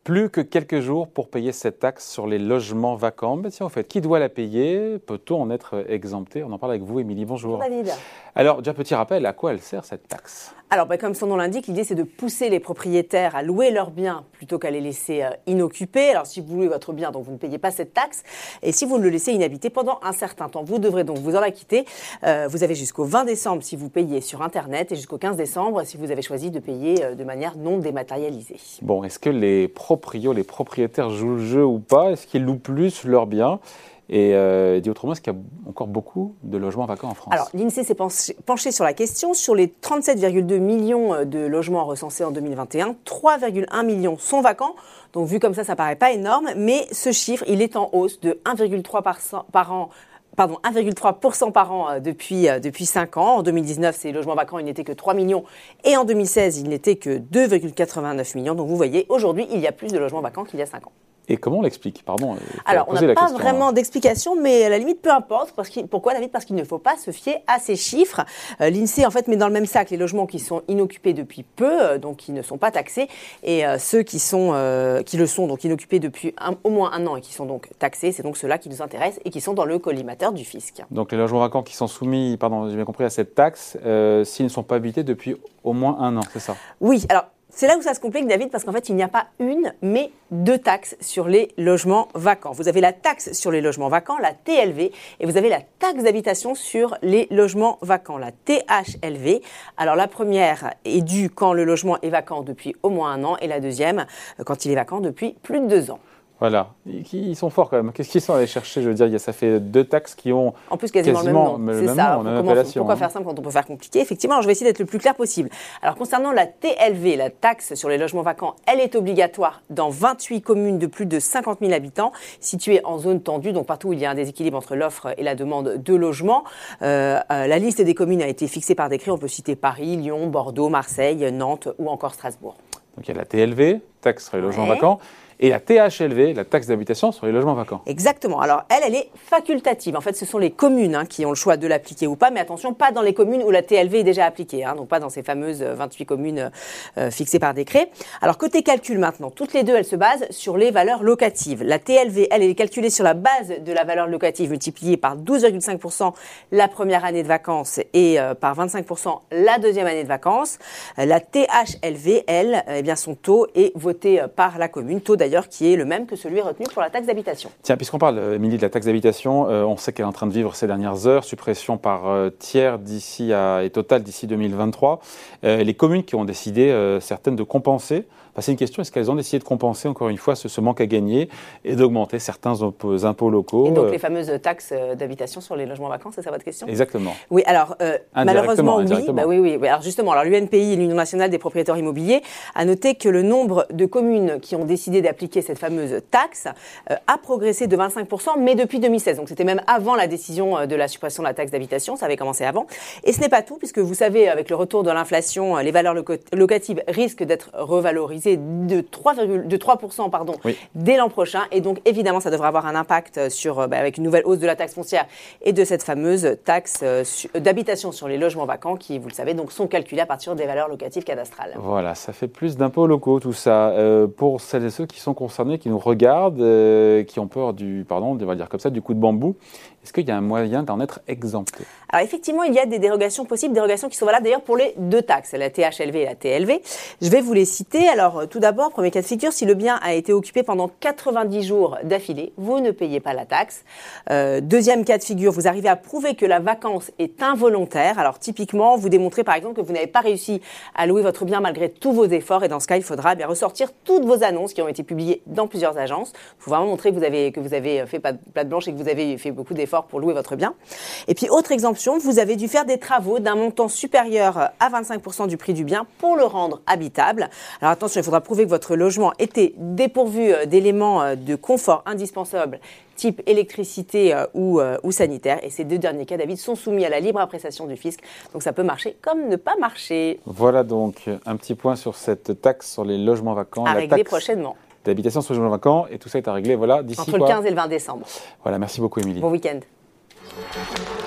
Plus que quelques jours pour payer cette taxe sur les logements vacants. Mais tiens, en fait, qui doit la payer? Peut-on en être exempté? On en parle avec vous, Émilie. Bonjour. Bonjour David. Alors, déjà, petit rappel, à quoi elle sert cette taxe? Alors, comme son nom l'indique, l'idée c'est de pousser les propriétaires à louer leurs biens plutôt qu'à les laisser inoccupés. Alors, si vous louez votre bien, donc vous ne payez pas cette taxe. Et si vous le laissez inhabité pendant un certain temps, vous devrez donc vous en acquitter. Vous avez jusqu'au 20 décembre si vous payez sur Internet et jusqu'au 15 décembre si vous avez choisi de payer de manière non dématérialisée. Bon, est-ce que les propriétaires jouent le jeu ou pas? Est-ce qu'ils louent plus leurs biens? Et dit autrement, est-ce qu'il y a encore beaucoup de logements vacants en France? Alors, l'INSEE s'est penché sur la question. Sur les 37,2 millions de logements recensés en 2021, 3,1 millions sont vacants. Donc, vu comme ça paraît pas énorme. Mais ce chiffre, il est en hausse de 1,3% par an depuis 5 ans. En 2019, ces logements vacants, ils n'étaient que 3 millions. Et en 2016, ils n'étaient que 2,89 millions. Donc, vous voyez, aujourd'hui, il y a plus de logements vacants qu'il y a 5 ans. Et comment on l'explique? Pardon. Alors, on n'a pas vraiment d'explication, mais à la limite, peu importe. Pourquoi, David? Parce qu'il ne faut pas se fier à ces chiffres. L'INSEE, en fait, met dans le même sac les logements qui sont inoccupés depuis peu, donc qui ne sont pas taxés, et ceux qui le sont, donc inoccupés depuis au moins un an et qui sont donc taxés. C'est donc ceux-là qui nous intéressent et qui sont dans le collimateur du fisc. Donc, les logements vacants qui sont soumis, j'ai bien compris, à cette taxe, s'ils ne sont pas habités depuis au moins un an, c'est ça? Oui, alors... C'est là où ça se complique, David, parce qu'en fait, il n'y a pas une, mais deux taxes sur les logements vacants. Vous avez la taxe sur les logements vacants, la TLV, et vous avez la taxe d'habitation sur les logements vacants, la THLV. Alors, la première est due quand le logement est vacant depuis au moins un an, et la deuxième, quand il est vacant depuis plus de 2 ans. Voilà, ils sont forts quand même. Qu'est-ce qu'ils sont allés chercher? Je veux dire, ça fait 2 taxes qui ont en plus quasiment le même nom. C'est ça. Pourquoi faire simple quand on peut faire compliqué? Effectivement, alors je vais essayer d'être le plus clair possible. Alors concernant la TLV, la taxe sur les logements vacants, elle est obligatoire dans 28 communes de plus de 50 000 habitants, situées en zone tendue, donc partout où il y a un déséquilibre entre l'offre et la demande de logements. La liste des communes a été fixée par décret. On peut citer Paris, Lyon, Bordeaux, Marseille, Nantes ou encore Strasbourg. Donc il y a la TLV, taxe sur les logements vacants. Et la THLV, la taxe d'habitation sur les logements vacants. Exactement. Alors, elle est facultative. En fait, ce sont les communes qui ont le choix de l'appliquer ou pas. Mais attention, pas dans les communes où la TLV est déjà appliquée. Donc, pas dans ces fameuses 28 communes fixées par décret. Alors, côté calcul maintenant, toutes les deux, elles se basent sur les valeurs locatives. La TLV, elle est calculée sur la base de la valeur locative multipliée par 12,5% la première année de vacances et par 25% la deuxième année de vacances. La THLV, elle, son taux est voté par la commune. Taux d'ailleurs qui est le même que celui retenu pour la taxe d'habitation. Tiens, puisqu'on parle, Émilie, de la taxe d'habitation, on sait qu'elle est en train de vivre ces dernières heures, suppression par tiers et total d'ici 2023. Les communes qui ont décidé, certaines, de compenser, c'est une question, est-ce qu'elles ont décidé de compenser encore une fois ce manque à gagner et d'augmenter certains impôts locaux? Et donc les fameuses taxes d'habitation sur les logements vacants, c'est ça votre question? Exactement. Oui, alors malheureusement oui. Alors justement, l'UNPI, l'Union nationale des propriétaires immobiliers, a noté que le nombre de communes qui ont décidé d'appliquer cette fameuse taxe a progressé de 25%, mais depuis 2016. Donc c'était même avant la décision de la suppression de la taxe d'habitation, ça avait commencé avant. Et ce n'est pas tout, puisque vous savez, avec le retour de l'inflation, les valeurs locatives risquent d'être revalorisées de 3% dès l'an prochain. Et donc, évidemment, ça devrait avoir un impact avec une nouvelle hausse de la taxe foncière et de cette fameuse taxe d'habitation sur les logements vacants qui, vous le savez, donc, sont calculés à partir des valeurs locatives cadastrales. Voilà, ça fait plus d'impôts locaux, tout ça. Pour celles et ceux qui sont concernés, qui nous regardent, qui ont peur du coup de bambou, est-ce qu'il y a un moyen d'en être exempté? Alors effectivement, il y a des dérogations possibles, dérogations qui sont valables d'ailleurs pour les deux taxes, la THLV et la TLV. Je vais vous les citer. Alors tout d'abord, premier cas de figure, si le bien a été occupé pendant 90 jours d'affilée, vous ne payez pas la taxe. Deuxième cas de figure, vous arrivez à prouver que la vacance est involontaire. Alors typiquement, vous démontrez par exemple que vous n'avez pas réussi à louer votre bien malgré tous vos efforts et dans ce cas, il faudra bien ressortir toutes vos annonces qui ont été publiées dans plusieurs agences. Il faut vraiment montrer que vous avez fait patte blanche et que vous avez fait beaucoup d'efforts pour louer votre bien. Et puis, autre exemption, vous avez dû faire des travaux d'un montant supérieur à 25% du prix du bien pour le rendre habitable. Alors attention, il faudra prouver que votre logement était dépourvu d'éléments de confort indispensables, type électricité ou sanitaire. Et ces deux derniers cas, David, sont soumis à la libre appréciation du fisc. Donc ça peut marcher comme ne pas marcher. Voilà donc un petit point sur cette taxe sur les logements vacants. À régler prochainement. D'habitation sur les logements vacants, et tout ça est à régler d'ici entre le 15 et le 20 décembre. Voilà, merci beaucoup Émilie. Bon week-end.